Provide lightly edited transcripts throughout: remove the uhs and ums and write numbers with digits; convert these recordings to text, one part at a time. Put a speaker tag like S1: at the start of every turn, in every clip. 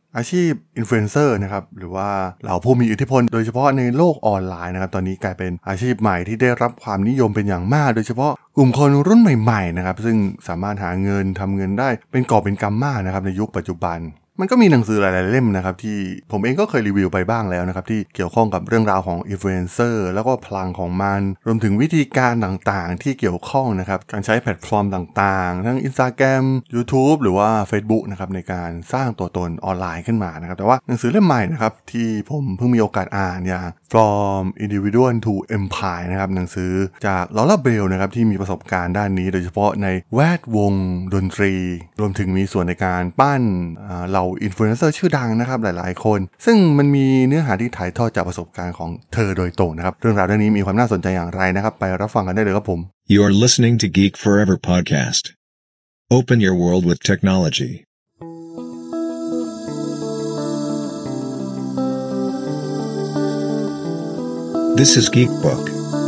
S1: อาชีพอินฟลูเอนเซอร์นะครับหรือว่าเหล่าผู้มีอิทธิพลโดยเฉพาะในโลกออนไลน์นะครับตอนนี้กลายเป็นอาชีพใหม่ที่ได้รับความนิยมเป็นอย่างมากโดยเฉพาะกลุ่มคนรุ่นใหม่ๆนะครับซึ่งสามารถหาเงินทำเงินได้เป็นกอบเป็นกำมากนะครับในยุคปัจจุบันมันก็มีหนังสือหลายๆเล่มนะครับที่ผมเองก็เคยรีวิวไปบ้างแล้วนะครับที่เกี่ยวข้องกับเรื่องราวของอินฟลูเอนเซอร์แล้วก็พลังของมันรวมถึงวิธีการต่างๆที่เกี่ยวข้องนะครับการใช้แพลตฟอร์มต่างๆทั้ง Instagram YouTube หรือว่า Facebook นะครับในการสร้างตัวตนออนไลน์ขึ้นมานะครับแต่ว่าหนังสือเล่มใหม่นะครับที่ผมเพิ่งมีโอกาสอ่านอย่าง From Individual to Empire นะครับหนังสือจากลอร่าเบลนะครับที่มีประสบการณ์ด้านนี้โดยเฉพาะในแวดวงดนตรีรวมถึงมีส่วนในการปั้นเราอินฟลูเอนเซอร์ชื่อดังนะครับหลายๆคนซึ่งมันมีเนื้อหาที่ถ่ายทอดจากประสบการณ์ของเธอโดยตรงนะครับเรื่องราวเรื่องนี้มีความน่าสนใจอย่างไรนะครับไปรับฟังกันได้เลยครับผม
S2: You're listening to Geek Forever podcast. Open your world with technology. This is Geek Book.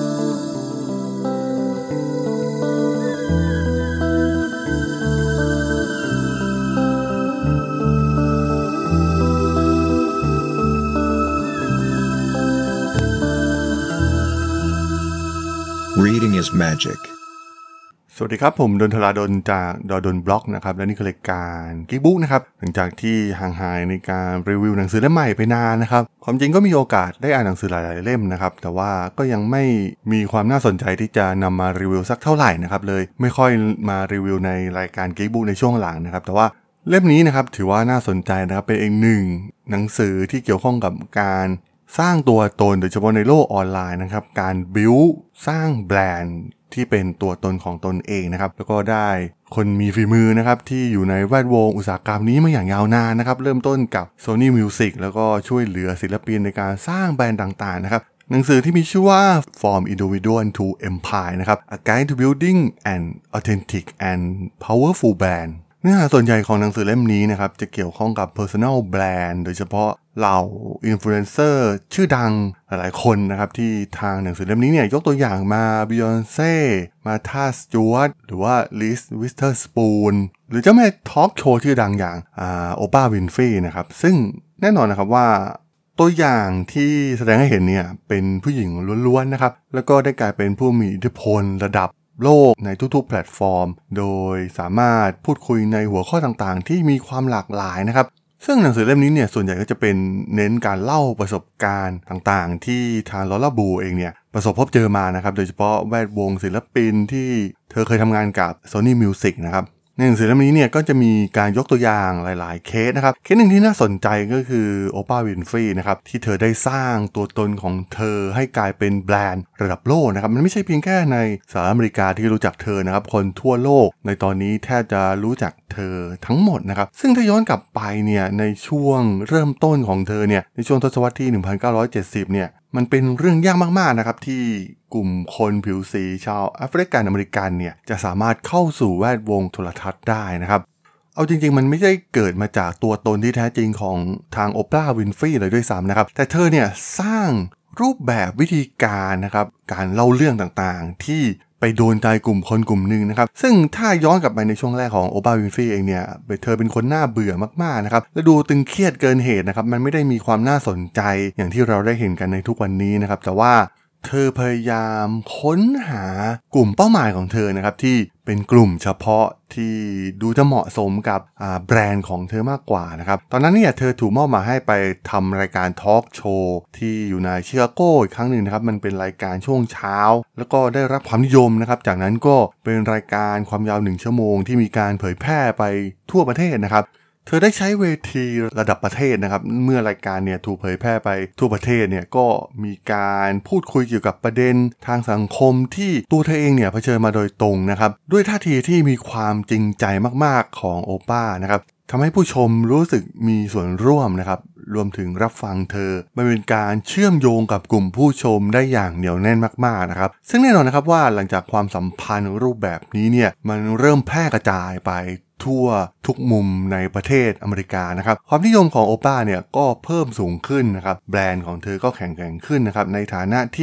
S2: Reading is magic.
S1: สวัสดีครับผมดนทราดลจากดนบล็อกนะครับและนี่คือรายการกิ๊กบุ๊กนะครับหลังจากที่ห่างหายในการรีวิวหนังสือเล่มใหม่ไปนานนะครับความจริงก็มีโอกาสได้อ่านหนังสือหลายๆเล่มนะครับแต่ว่าก็ยังไม่มีความน่าสนใจที่จะนำมารีวิวสักเท่าไหร่นะครับเลยไม่ค่อยมารีวิวในรายการกิ๊กบุ๊กในช่วงหลังนะครับแต่ว่าเล่มนี้นะครับถือว่าน่าสนใจนะครับเป็นอีกหนึ่งหนังสือที่เกี่ยวข้องกับการสร้างตัวตนโดยเฉพาะในโลกออนไลน์นะครับการบิวสร้างแบรนด์ที่เป็นตัวตนของตนเองนะครับแล้วก็ได้คนมีฝีมือนะครับที่อยู่ในแวดวงอุตสาหกรรมนี้มาอย่างยาวนานนะครับเริ่มต้นกับ Sony Music แล้วก็ช่วยเหลือศิลปินในการสร้างแบรนด์ต่างๆนะครับหนังสือที่มีชื่อว่า From Individual to Empire นะครับ A Guide to Building an Authentic and Powerful Brandเนื้อหาส่วนใหญ่ของหนังสือเล่มนี้นะครับจะเกี่ยวข้องกับ personal brand โดยเฉพาะเหล่าอินฟลูเอนเซอร์ชื่อดังหลายๆคนนะครับที่ทางหนังสือเล่มนี้เนี่ยยกตัวอย่างมา Beyoncé มาธาสจวตหรือว่า Reese Witherspoon หรือเจ้าแม่ทอล์กโชว์ชื่อดังอย่างโอปราห์วินฟรีย์นะครับซึ่งแน่นอนนะครับว่าตัวอย่างที่แสดงให้เห็นเนี่ยเป็นผู้หญิงล้วนๆนะครับแล้วก็ได้กลายเป็นผู้มีอิทธิพลระดับโลกในทุกๆแพลตฟอร์มโดยสามารถพูดคุยในหัวข้อต่างๆที่มีความหลากหลายนะครับซึ่งหนังสือเล่มนี้เนี่ยส่วนใหญ่ก็จะเป็นเน้นการเล่าประสบการณ์ต่างๆที่ทางลอร่าบูเองเนี่ยประสบพบเจอมานะครับโดยเฉพาะแวดวงศิลปินที่เธอเคยทำงานกับ Sony Music นะครับในหนังสือเล่มนี้เนี่ยก็จะมีการยกตัวอย่างหลายๆเคสนะครับเคสหนึ่งที่น่าสนใจก็คือโอปราห์วินฟรีย์นะครับที่เธอได้สร้างตัวตนของเธอให้กลายเป็นแบรนด์ระดับโลกนะครับมันไม่ใช่เพียงแค่ในสหรัฐอเมริกาที่รู้จักเธอนะครับคนทั่วโลกในตอนนี้แทบจะรู้จักเธอทั้งหมดนะครับซึ่งถ้าย้อนกลับไปเนี่ยในช่วงเริ่มต้นของเธอเนี่ยในช่วงทศวรรษที่ 1970 เนี่ยมันเป็นเรื่องยากมากๆนะครับที่กลุ่มคนผิวสีชาวแอฟริกันอเมริกันเนี่ยจะสามารถเข้าสู่แวดวงโทรทัศน์ได้นะครับเอาจริงๆมันไม่ได้เกิดมาจากตัวตนที่แท้จริงของทางโอปราห์วินฟรีย์เลยด้วยซ้ำนะครับแต่เธอเนี่ยสร้างรูปแบบวิธีการนะครับการเล่าเรื่องต่างๆที่ไปโดนใจกลุ่มคนกลุ่มหนึ่งนะครับซึ่งถ้าย้อนกลับไปในช่วงแรกของโอปราห์วินฟรีย์เองเนี่ยเธอเป็นคนน่าเบื่อมากๆนะครับและดูตึงเครียดเกินเหตุนะครับมันไม่ได้มีความน่าสนใจอย่างที่เราได้เห็นกันในทุกวันนี้นะครับแต่ว่าเธอพยายามค้นหากลุ่มเป้าหมายของเธอนะครับที่เป็นกลุ่มเฉพาะที่ดูจะเหมาะสมกับแบรนด์ของเธอมากกว่านะครับตอนนั้นเนี่ยเธอถูกมอบหมายให้ไปทำรายการทอล์กโชว์ที่อยู่ในชิคาโกอีกครั้งหนึ่งนะครับมันเป็นรายการช่วงเช้าแล้วก็ได้รับความนิยมนะครับจากนั้นก็เป็นรายการความยาว1ชั่วโมงที่มีการเผยแพร่ไปทั่วประเทศนะครับเธอได้ใช้เวทีระดับประเทศนะครับเมื่อรายการเนี่ยถูกเผยแพร่ไปทั่วประเทศเนี่ยก็มีการพูดคุยเกี่ยวกับประเด็นทางสังคมที่ตัวเธอเองเนี่ยเผชิญมาโดยตรงนะครับด้วยท่าทีที่มีความจริงใจมากๆของโอป้านะครับทำให้ผู้ชมรู้สึกมีส่วนร่วมนะครับรวมถึงรับฟังเธอมันเป็นการเชื่อมโยงกับกลุ่มผู้ชมได้อย่างเหนียวแน่นมากๆนะครับซึ่งแน่นอนนะครับว่าหลังจากความสัมพันธ์รูปแบบนี้เนี่ยมันเริ่มแพร่กระจายไปทั่วทุกมุมในประเทศอเมริกานะครับความนิยมของโอป้าเนี่ยก็เพิ่มสูงขึ้นนะครับแบรนด์ของเธอก็แข็งแกร่งขึ้นนะครับในฐานะที่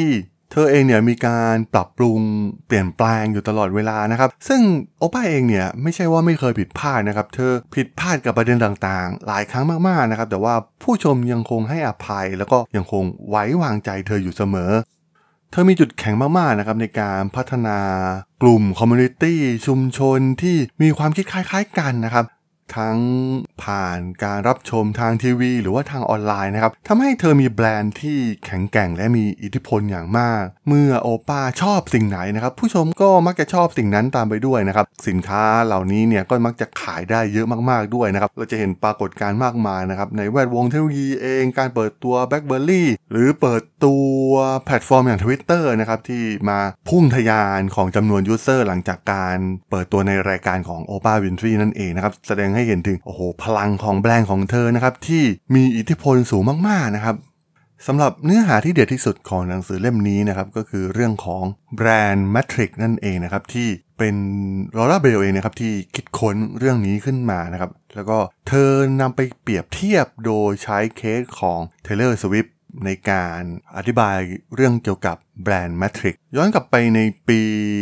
S1: เธอเองเนี่ยมีการปรับปรุงเปลี่ยนแปลงอยู่ตลอดเวลานะครับซึ่งโอป้าเองเนี่ยไม่ใช่ว่าไม่เคยผิดพลาดนะครับเธอผิดพลาดกับประเด็นต่างๆหลายครั้งมากๆนะครับแต่ว่าผู้ชมยังคงให้อภัยแล้วก็ยังคงไว้วางใจเธออยู่เสมอเธอมีจุดแข็งมากๆนะครับในการพัฒนากลุ่มคอมมูนิตี้ชุมชนที่มีความคิดคล้ายๆกันนะครับทั้งผ่านการรับชมทางทีวีหรือว่าทางออนไลน์นะครับทำให้เธอมีแบรนด์ที่แข็งแกร่งและมีอิทธิพลอย่างมากเมื่อโอป้าชอบสิ่งไหนนะครับผู้ชมก็มักจะชอบสิ่งนั้นตามไปด้วยนะครับสินค้าเหล่านี้เนี่ยก็มักจะขายได้เยอะมากๆด้วยนะครับเราจะเห็นปรากฏการณ์มากมายนะครับในแวดวงเทคโนโลยีเองการเปิดตัว BlackBerry หรือเปิดตัวแพลตฟอร์มอย่าง Twitter นะครับที่มาพุ่งทะยานของจำนวนยูสเซอร์หลังจากการเปิดตัวในรายการของโอป้าวินฟรีนั่นเองนะครับแสดงให้เห็นถึงพลังของแบรนด์ของเธอนะครับที่มีอิทธิพลสูงมากๆนะครับสำหรับเนื้อหาที่เด็ดที่สุดของหนังสือเล่มนี้นะครับก็คือเรื่องของแบรนด์ Matrix นั่นเองนะครับที่เป็นลอร่าเบลเองนะครับที่คิดค้นเรื่องนี้ขึ้นมานะครับแล้วก็เธอนำไปเปรียบเทียบโดยใช้เคสของ Taylor Swift ในการอธิบายเรื่องเกี่ยวกับแบรนด์ Matrix ย้อนกลับไปในปี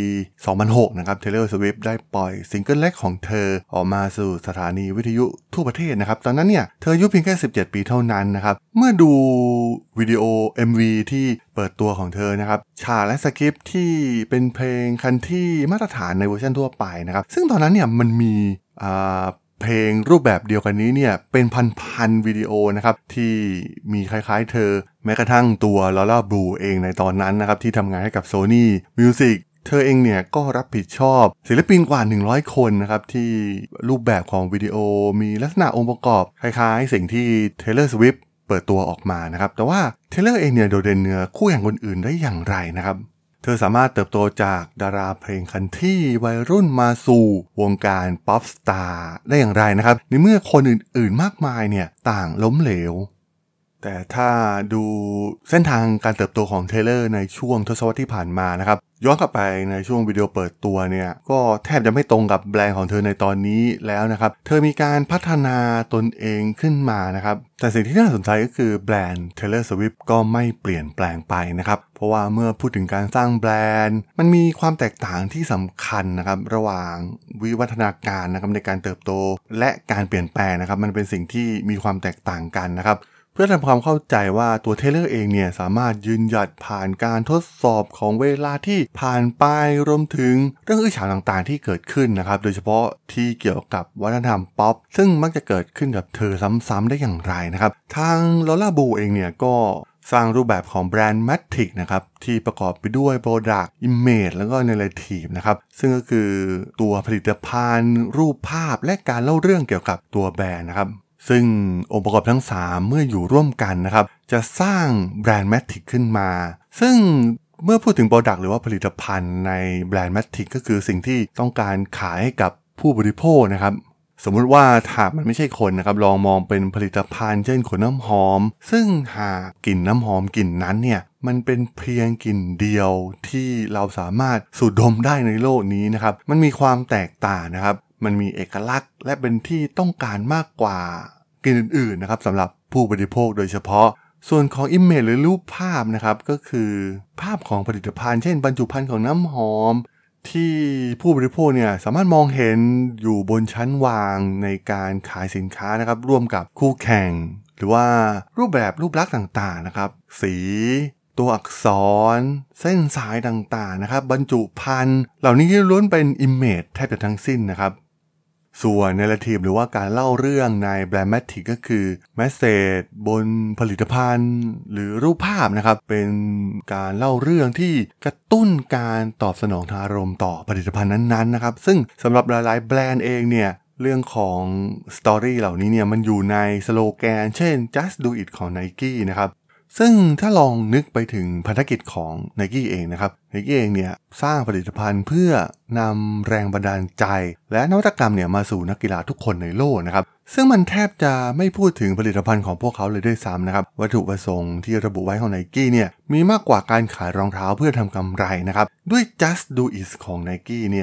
S1: 2006 นะครับ Taylor Swift ได้ปล่อยซิงเกิลแรกของเธอออกมาสู่สถานีวิทยุทั่วประเทศนะครับตอนนั้นเนี่ยเธออายุเพียงแค่17 ปีเท่านั้นนะครับเมื่อดูวิดีโอ MV ที่เปิดตัวของเธอนะครับฉากและสคริปต์ที่เป็นเพลงคันที่มาตรฐานในเวอร์ชันทั่วไปนะครับซึ่งตอนนั้นเนี่ยมันมีเพลงรูปแบบเดียวกันนี้เนี่ยเป็นพันวิดีโอนะครับที่มีคล้ายๆเธอแม้กระทั่งตัวลอร่าบลูเองในตอนนั้นนะครับที่ทำงานให้กับ Sony Music เธอเองเนี่ยก็รับผิดชอบศิลปินกว่า100คนนะครับที่รูปแบบของวิดีโอมีลักษณะองค์ประกอบคล้ายๆสิ่งที่ Taylor Swift เปิดตัวออกมานะครับแต่ว่า Taylor เองเนี่ยโดดเด่นเหนือคู่แข่งคนอื่นได้อย่างไรนะครับเธอสามารถเติบโตจากดาราเพลงคันที่วัยรุ่นมาสู่วงการป๊อปสตาร์ได้อย่างไรนะครับในเมื่อคนอื่นๆมากมายเนี่ยต่างล้มเหลวแต่ถ้าดูเส้นทางการเติบโตของเทเลอร์ในช่วงทศวรรษที่ผ่านมานะครับย้อนกลับไปในช่วงวิดีโอเปิดตัวเนี่ยก็แทบจะไม่ตรงกับแบรนด์ของเธอในตอนนี้แล้วนะครับเธอมีการพัฒนาตนเองขึ้นมานะครับแต่สิ่งที่น่าสนใจก็คือแบรนด์ Taylor Swift ก็ไม่เปลี่ยนแปลงไปนะครับเพราะว่าเมื่อพูดถึงการสร้างแบรนด์มันมีความแตกต่างที่สำคัญนะครับระหว่างวิวัฒนาการนะครับในการเติบโตและการเปลี่ยนแปลงนะครับมันเป็นสิ่งที่มีความแตกต่างกันนะครับเพื่อทำความเข้าใจว่าตัวเทเลอร์เองเนี่ยสามารถยืนหยัดผ่านการทดสอบของเวลาที่ผ่านไปรวมถึงเรื่องอื้อฉาวต่างๆที่เกิดขึ้นนะครับโดยเฉพาะที่เกี่ยวกับวัฒนธรรมป๊อปซึ่งมักจะเกิดขึ้นกับเธอซ้ำๆได้อย่างไรนะครับทางลอร่าบูเองเนี่ยก็สร้างรูปแบบของแบรนด์ Matrix นะครับที่ประกอบไปด้วย Product Image แล้วก็ Narrative นะครับซึ่งก็คือตัวผลิตภัณฑ์รูปภาพและการเล่าเรื่องเกี่ยวกับตัวแบรนด์นะครับซึ่งองค์ประกอบทั้ง3เมื่ออยู่ร่วมกันนะครับจะสร้างแบรนด์ Matrix ขึ้นมาซึ่งเมื่อพูดถึง Product หรือว่าผลิตภัณฑ์ในแบรนด์ Matrix ก็คือสิ่งที่ต้องการขายให้กับผู้บริโภคนะครับสมมุติว่าถ้ามันไม่ใช่คนนะครับลองมองเป็นผลิตภัณฑ์เช่นขนน้ำหอมซึ่งหากกลิ่นน้ำหอมกลิ่นนั้นเนี่ยมันเป็นเพียงกลิ่นเดียวที่เราสามารถสูดดมได้ในโลกนี้นะครับมันมีความแตกต่างนะครับมันมีเอกลักษณ์และเป็นที่ต้องการมากกว่ากลิ่นอื่นๆนะครับสำหรับผู้บริโภคโดยเฉพาะส่วนของ image หรือรูปภาพนะครับก็คือภาพของผลิตภัณฑ์เช่นบรรจุภัณฑ์ของน้ำหอมที่ผู้บริโภคเนี่ยสามารถมองเห็นอยู่บนชั้นวางในการขายสินค้านะครับร่วมกับคู่แข่งหรือว่ารูปลักษณ์ต่างๆนะครับสีตัวอักษรเส้นสายต่างๆนะครับบรรจุภัณฑ์เหล่านี้ล้วนเป็น image แทบจะทั้งสิ้นนะครับส่วน narrative หรือว่าการเล่าเรื่องในแบรนด์ Matrix ก็คือ message บนผลิตภัณฑ์หรือรูปภาพนะครับเป็นการเล่าเรื่องที่กระตุ้นการตอบสนองทางอารมณ์ต่อผลิตภัณฑ์นั้นๆนะครับซึ่งสำหรับหลายๆแบรนด์เองเนี่ยเรื่องของสตอรี่เหล่านี้เนี่ยมันอยู่ในสโลแกนเช่น just do it ของ Nike นะครับซึ่งถ้าลองนึกไปถึงภารกิจของ Nike เองนะครับ Nike เองเนี่ยสร้างผลิตภัณฑ์เพื่อนำแรงบันดาลใจและนวัตกรรมเนี่ยมาสู่นักกีฬาทุกคนในโลกนะครับซึ่งมันแทบจะไม่พูดถึงผลิตภัณฑ์ของพวกเขาเลยด้วยซ้ำนะครับวัตถุประสงค์ที่ระบุไว้ของ Nike เนี่ยมีมากกว่าการขายรองเท้าเพื่อทำกำไรนะครับด้วย just do it ของ Nike เนี่ย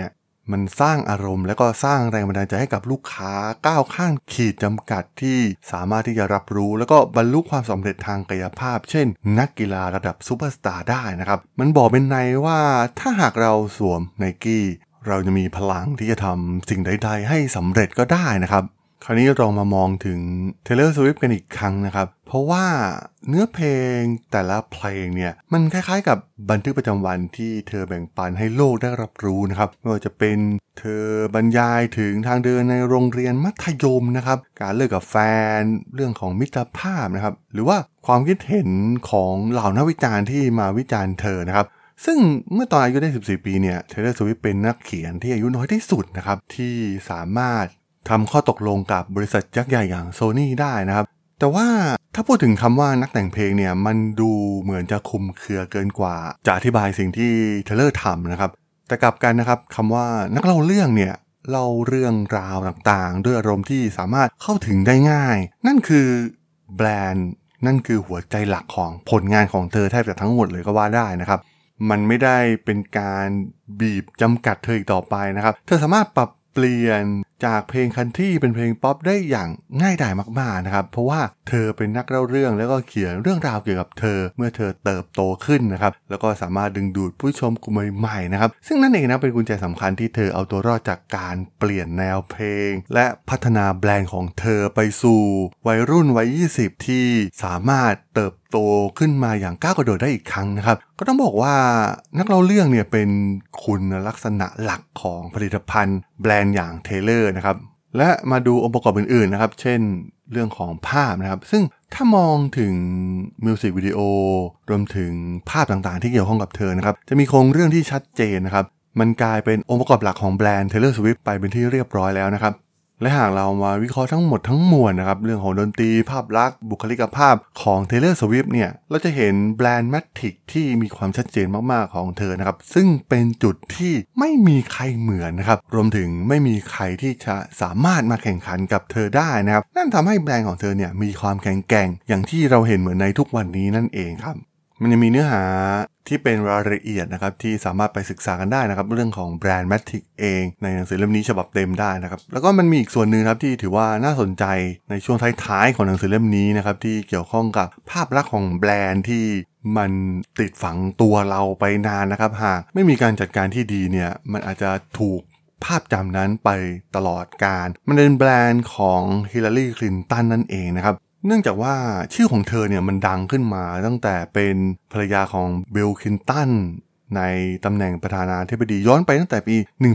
S1: มันสร้างอารมณ์และก็สร้างแรงบันดาลใจให้กับลูกค้าก้าวข้ามขีดจำกัดที่สามารถที่จะรับรู้แล้วก็บรรลุความสำเร็จทางกายภาพเช่นนักกีฬาระดับซูเปอร์สตาร์ได้นะครับมันบอกเป็นในว่าถ้าหากเราสวม Nike เราจะมีพลังที่จะทำสิ่งใดๆให้สำเร็จก็ได้นะครับคราวนี้เรามามองถึง Taylor Swift กันอีกครั้งนะครับเพราะว่าเนื้อเพลงแต่ละเพลงเนี่ยมันคล้ายๆกับบันทึกประจำวันที่เธอแบ่งปันให้โลกได้รับรู้นะครับไม่ว่าจะเป็นเธอบรรยายถึงทางเดินในโรงเรียนมัธยมนะครับการเลิกกับแฟนเรื่องของมิตรภาพนะครับหรือว่าความคิดเห็นของเหล่านักวิจารณ์ที่มาวิจารณ์เธอนะครับซึ่งเมื่อตอนอายุได้14 ปีเนี่ย Taylor Swift เป็นนักเขียนที่อายุน้อยที่สุดนะครับที่สามารถทำข้อตกลงกับบริษัทยักษ์ใหญ่อย่าง Sony ได้นะครับแต่ว่าถ้าพูดถึงคำว่านักแต่งเพลงเนี่ยมันดูเหมือนจะคลุมเครือเกินกว่าจะอธิบายสิ่งที่ Taylor ทำนะครับแต่กลับกันนะครับคำว่านักเล่าเรื่องเนี่ยเล่าเรื่องราวต่างๆด้วยอารมณ์ที่สามารถเข้าถึงได้ง่ายนั่นคือแบรนด์นั่นคือหัวใจหลักของผลงานของเธอแทบจะทั้งหมดเลยก็ว่าได้นะครับมันไม่ได้เป็นการบีบจำกัดเธออีกต่อไปนะครับเธอสามารถปรับเปลี่ยนจากเพลงคันทรีเป็นเพลงป๊อปได้อย่างง่ายดายมากๆนะครับเพราะว่าเธอเป็นนักเล่าเรื่องแล้วก็เขียนเรื่องราวเกี่ยวกับเธอเมื่อเธอเติบโตขึ้นนะครับแล้วก็สามารถดึงดูดผู้ชมกลุ่มใหม่ๆนะครับซึ่งนั่นเองนะเป็นกุญแจสำคัญที่เธอเอาตัวรอดจากการเปลี่ยนแนวเพลงและพัฒนาแบรนด์ของเธอไปสู่วัยรุ่นวัย20ที่สามารถเติบโตขึ้นมาอย่างก้าวกระโดดได้อีกครั้งนะครับก็ต้องบอกว่านักเล่าเรื่องเนี่ยเป็นคุณลักษณะหลักของผลิตภัณฑ์แบรนด์อย่าง Taylor นะครับและมาดูองค์ประกอบอื่นๆนะครับเช่นเรื่องของภาพนะครับซึ่งถ้ามองถึงมิวสิกวิดีโอรวมถึงภาพต่างๆที่เกี่ยวข้องกับเธอนะครับจะมีโครงเรื่องที่ชัดเจนนะครับมันกลายเป็นองค์ประกอบหลักของแบรนด์ Taylor Swift ไปเป็นที่เรียบร้อยแล้วนะครับและหากเรามาวิเคราะห์ทั้งหมดทั้งมวลนะครับเรื่องของดนตรีภาพลักษณ์บุคลิกภาพของ Taylor Swift เนี่ยเราจะเห็นแบรนด์ Matic ที่มีความชัดเจนมากๆของเธอนะครับซึ่งเป็นจุดที่ไม่มีใครเหมือนนะครับรวมถึงไม่มีใครที่จะสามารถมาแข่งขันกับเธอได้นะครับนั่นทำให้แบรนด์ของเธอเนี่ยมีความแข็งแกร่งอย่างที่เราเห็นเหมือนในทุกวันนี้นั่นเองครับมันจะมีเนื้อหาที่เป็นรายละเอียดนะครับที่สามารถไปศึกษากันได้นะครับเรื่องของแบรนด์ Matic เองในหนังสือเล่มนี้ฉบับเต็มได้นะครับแล้วก็มันมีอีกส่วนนึงครับที่ถือว่าน่าสนใจในช่วงท้ายๆของหนังสือเล่มนี้นะครับที่เกี่ยวข้องกับภาพลักษณ์ของแบรนด์ที่มันติดฝังตัวเราไปนานนะครับหากไม่มีการจัดการที่ดีเนี่ยมันอาจจะถูกภาพจำนั้นไปตลอดกาลมันเป็นแบรนด์ของฮิลลารีคลินตันนั่นเองนะครับเนื่องจากว่าชื่อของเธอเนี่ยมันดังขึ้นมาตั้งแต่เป็นภรรยาของบิลคลินตันในตำแหน่งประธานาธิบดีย้อนไปตั้งแต่ปี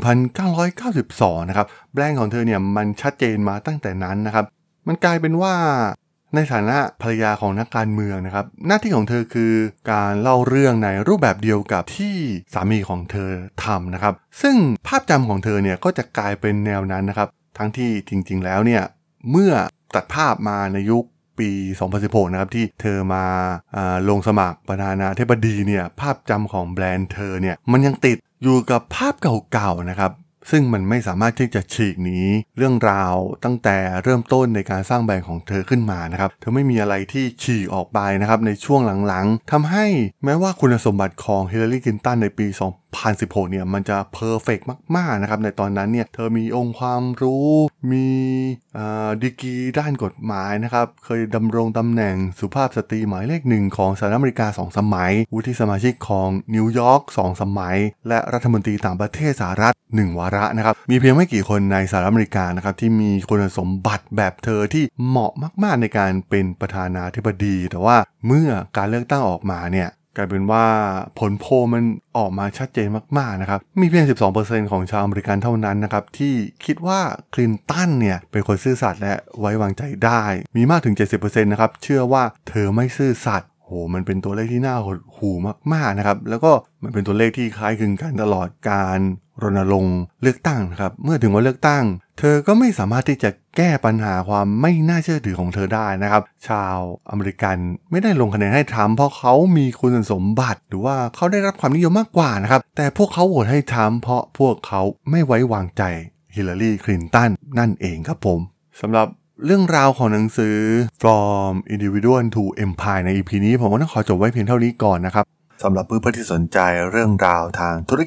S1: 1992 นะครับแบรนด์ของเธอเนี่ยมันชัดเจนมาตั้งแต่นั้นนะครับมันกลายเป็นว่าในฐานะภรรยาของนักการเมืองนะครับหน้าที่ของเธอคือการเล่าเรื่องในรูปแบบเดียวกับที่สามีของเธอทำนะครับซึ่งภาพจำของเธอเนี่ยก็จะกลายเป็นแนวนั้นนะครับทั้งที่จริงๆแล้วเนี่ยเมื่อตัดภาพมาในยุคปี 2016 นะครับที่เธอมาลงสมัครประธานาธิบดีเนี่ยภาพจำของแบรนด์เธอเนี่ยมันยังติดอยู่กับภาพเก่าๆนะครับซึ่งมันไม่สามารถที่จะฉีกหนีเรื่องราวตั้งแต่เริ่มต้นในการสร้างแบรนด์ของเธอขึ้นมานะครับเธอไม่มีอะไรที่ฉีกออกไปนะครับในช่วงหลังๆทำให้แม้ว่าคุณสมบัติของฮิลลารีคลินตันในปี 2016 เนี่ยมันจะเพอร์เฟกต์มากๆนะครับในตอนนั้นเนี่ยเธอมีองค์ความรู้มีดีกรีด้านกฎหมายนะครับเคยดำรงตำแหน่งสุภาพสตรีหมายเลข1ของสหรัฐอเมริกา2 สมัยวุฒิสมาชิกของนิวยอร์ก2 สมัยและรัฐมนตรีต่างประเทศสหรัฐ1 วาระนะครับมีเพียงไม่กี่คนในสหรัฐอเมริกานะครับที่มีคุณสมบัติแบบเธอที่เหมาะมากๆในการเป็นประธานาธิบดีแต่ว่าเมื่อการเลือกตั้งออกมาเนี่ยกลายเป็นว่าผลโพลมันออกมาชัดเจนมากๆนะครับมีเพียง 12% ของชาวอเมริกันเท่านั้นนะครับที่คิดว่าคลินตันเนี่ยเป็นคนซื่อสัตย์และไว้วางใจได้มีมากถึง 70% นะครับเชื่อว่าเธอไม่ซื่อสัตย์โหมันเป็นตัวเลขที่น่าหดหู่มากๆนะครับแล้วก็มันเป็นตัวเลขที่คล้ายคลึงกันตลอดการรณรงค์เลือกตั้งนะครับเมื่อถึงวันเลือกตั้งเธอก็ไม่สามารถที่จะแก้ปัญหาความไม่น่าเชื่อถือของเธอได้นะครับชาวอเมริกันไม่ได้ลงคะแนนให้ทรัมป์เพราะเขามีคุณสมบัติหรือว่าเขาได้รับความนิยมมากกว่านะครับแต่พวกเขาโหวตให้ทรัมป์เพราะพวกเขาไม่ไว้วางใจฮิลลารีคลินตันนั่นเองครับผมสำหรับเรื่องราวของหนังสือ From Individual to Empire ใน EP นี้ผมก็ต้องขอจบไว้เพียงเท่านี้ก่อนนะครับสำหรับเพื่อนๆที่สนใจเรื่องราวทางธุรกิจ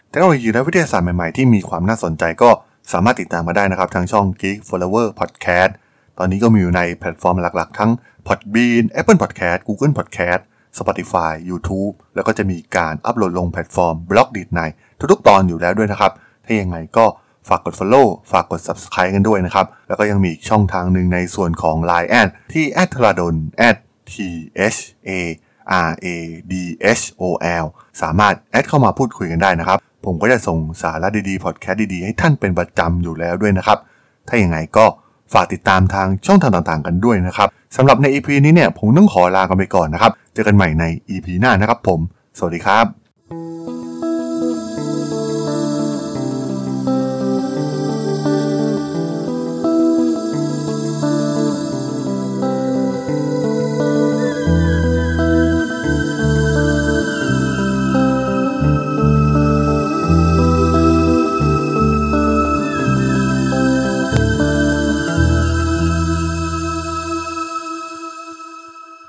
S1: เทคโนโลยีและวิทยาศาสตร์ใหม่ๆที่มีความน่าสนใจก็สามารถติดตามมาได้นะครับทางช่อง Geek Flower Podcast ตอนนี้ก็มีอยู่ในแพลตฟอร์มหลักๆทั้ง Podbean, Apple Podcast, Google Podcast, Spotify, YouTube แล้วก็จะมีการอัปโหลดลงแพลตฟอร์ม Blogdit ในทุกๆตอนอยู่แล้วด้วยนะครับถ้ายังไงก็ฝากกด follow ฝากกด subscribe กันด้วยนะครับแล้วก็ยังมีช่องทางหนึ่งในส่วนของ Line แอดที่ @thradol @thradol สามารถแอดเข้ามาพูดคุยกันได้นะครับผมก็จะส่งสาระดีๆพอดแคสต์ดีๆให้ท่านเป็นประจำอยู่แล้วด้วยนะครับถ้าอย่างไรก็ฝากติดตามทางช่องทางต่างๆกันด้วยนะครับสำหรับใน EP นี้เนี่ยผมต้องขอลากันไปก่อนนะครับเจอกันใหม่ใน EP หน้านะครับผมสวัสดีครับ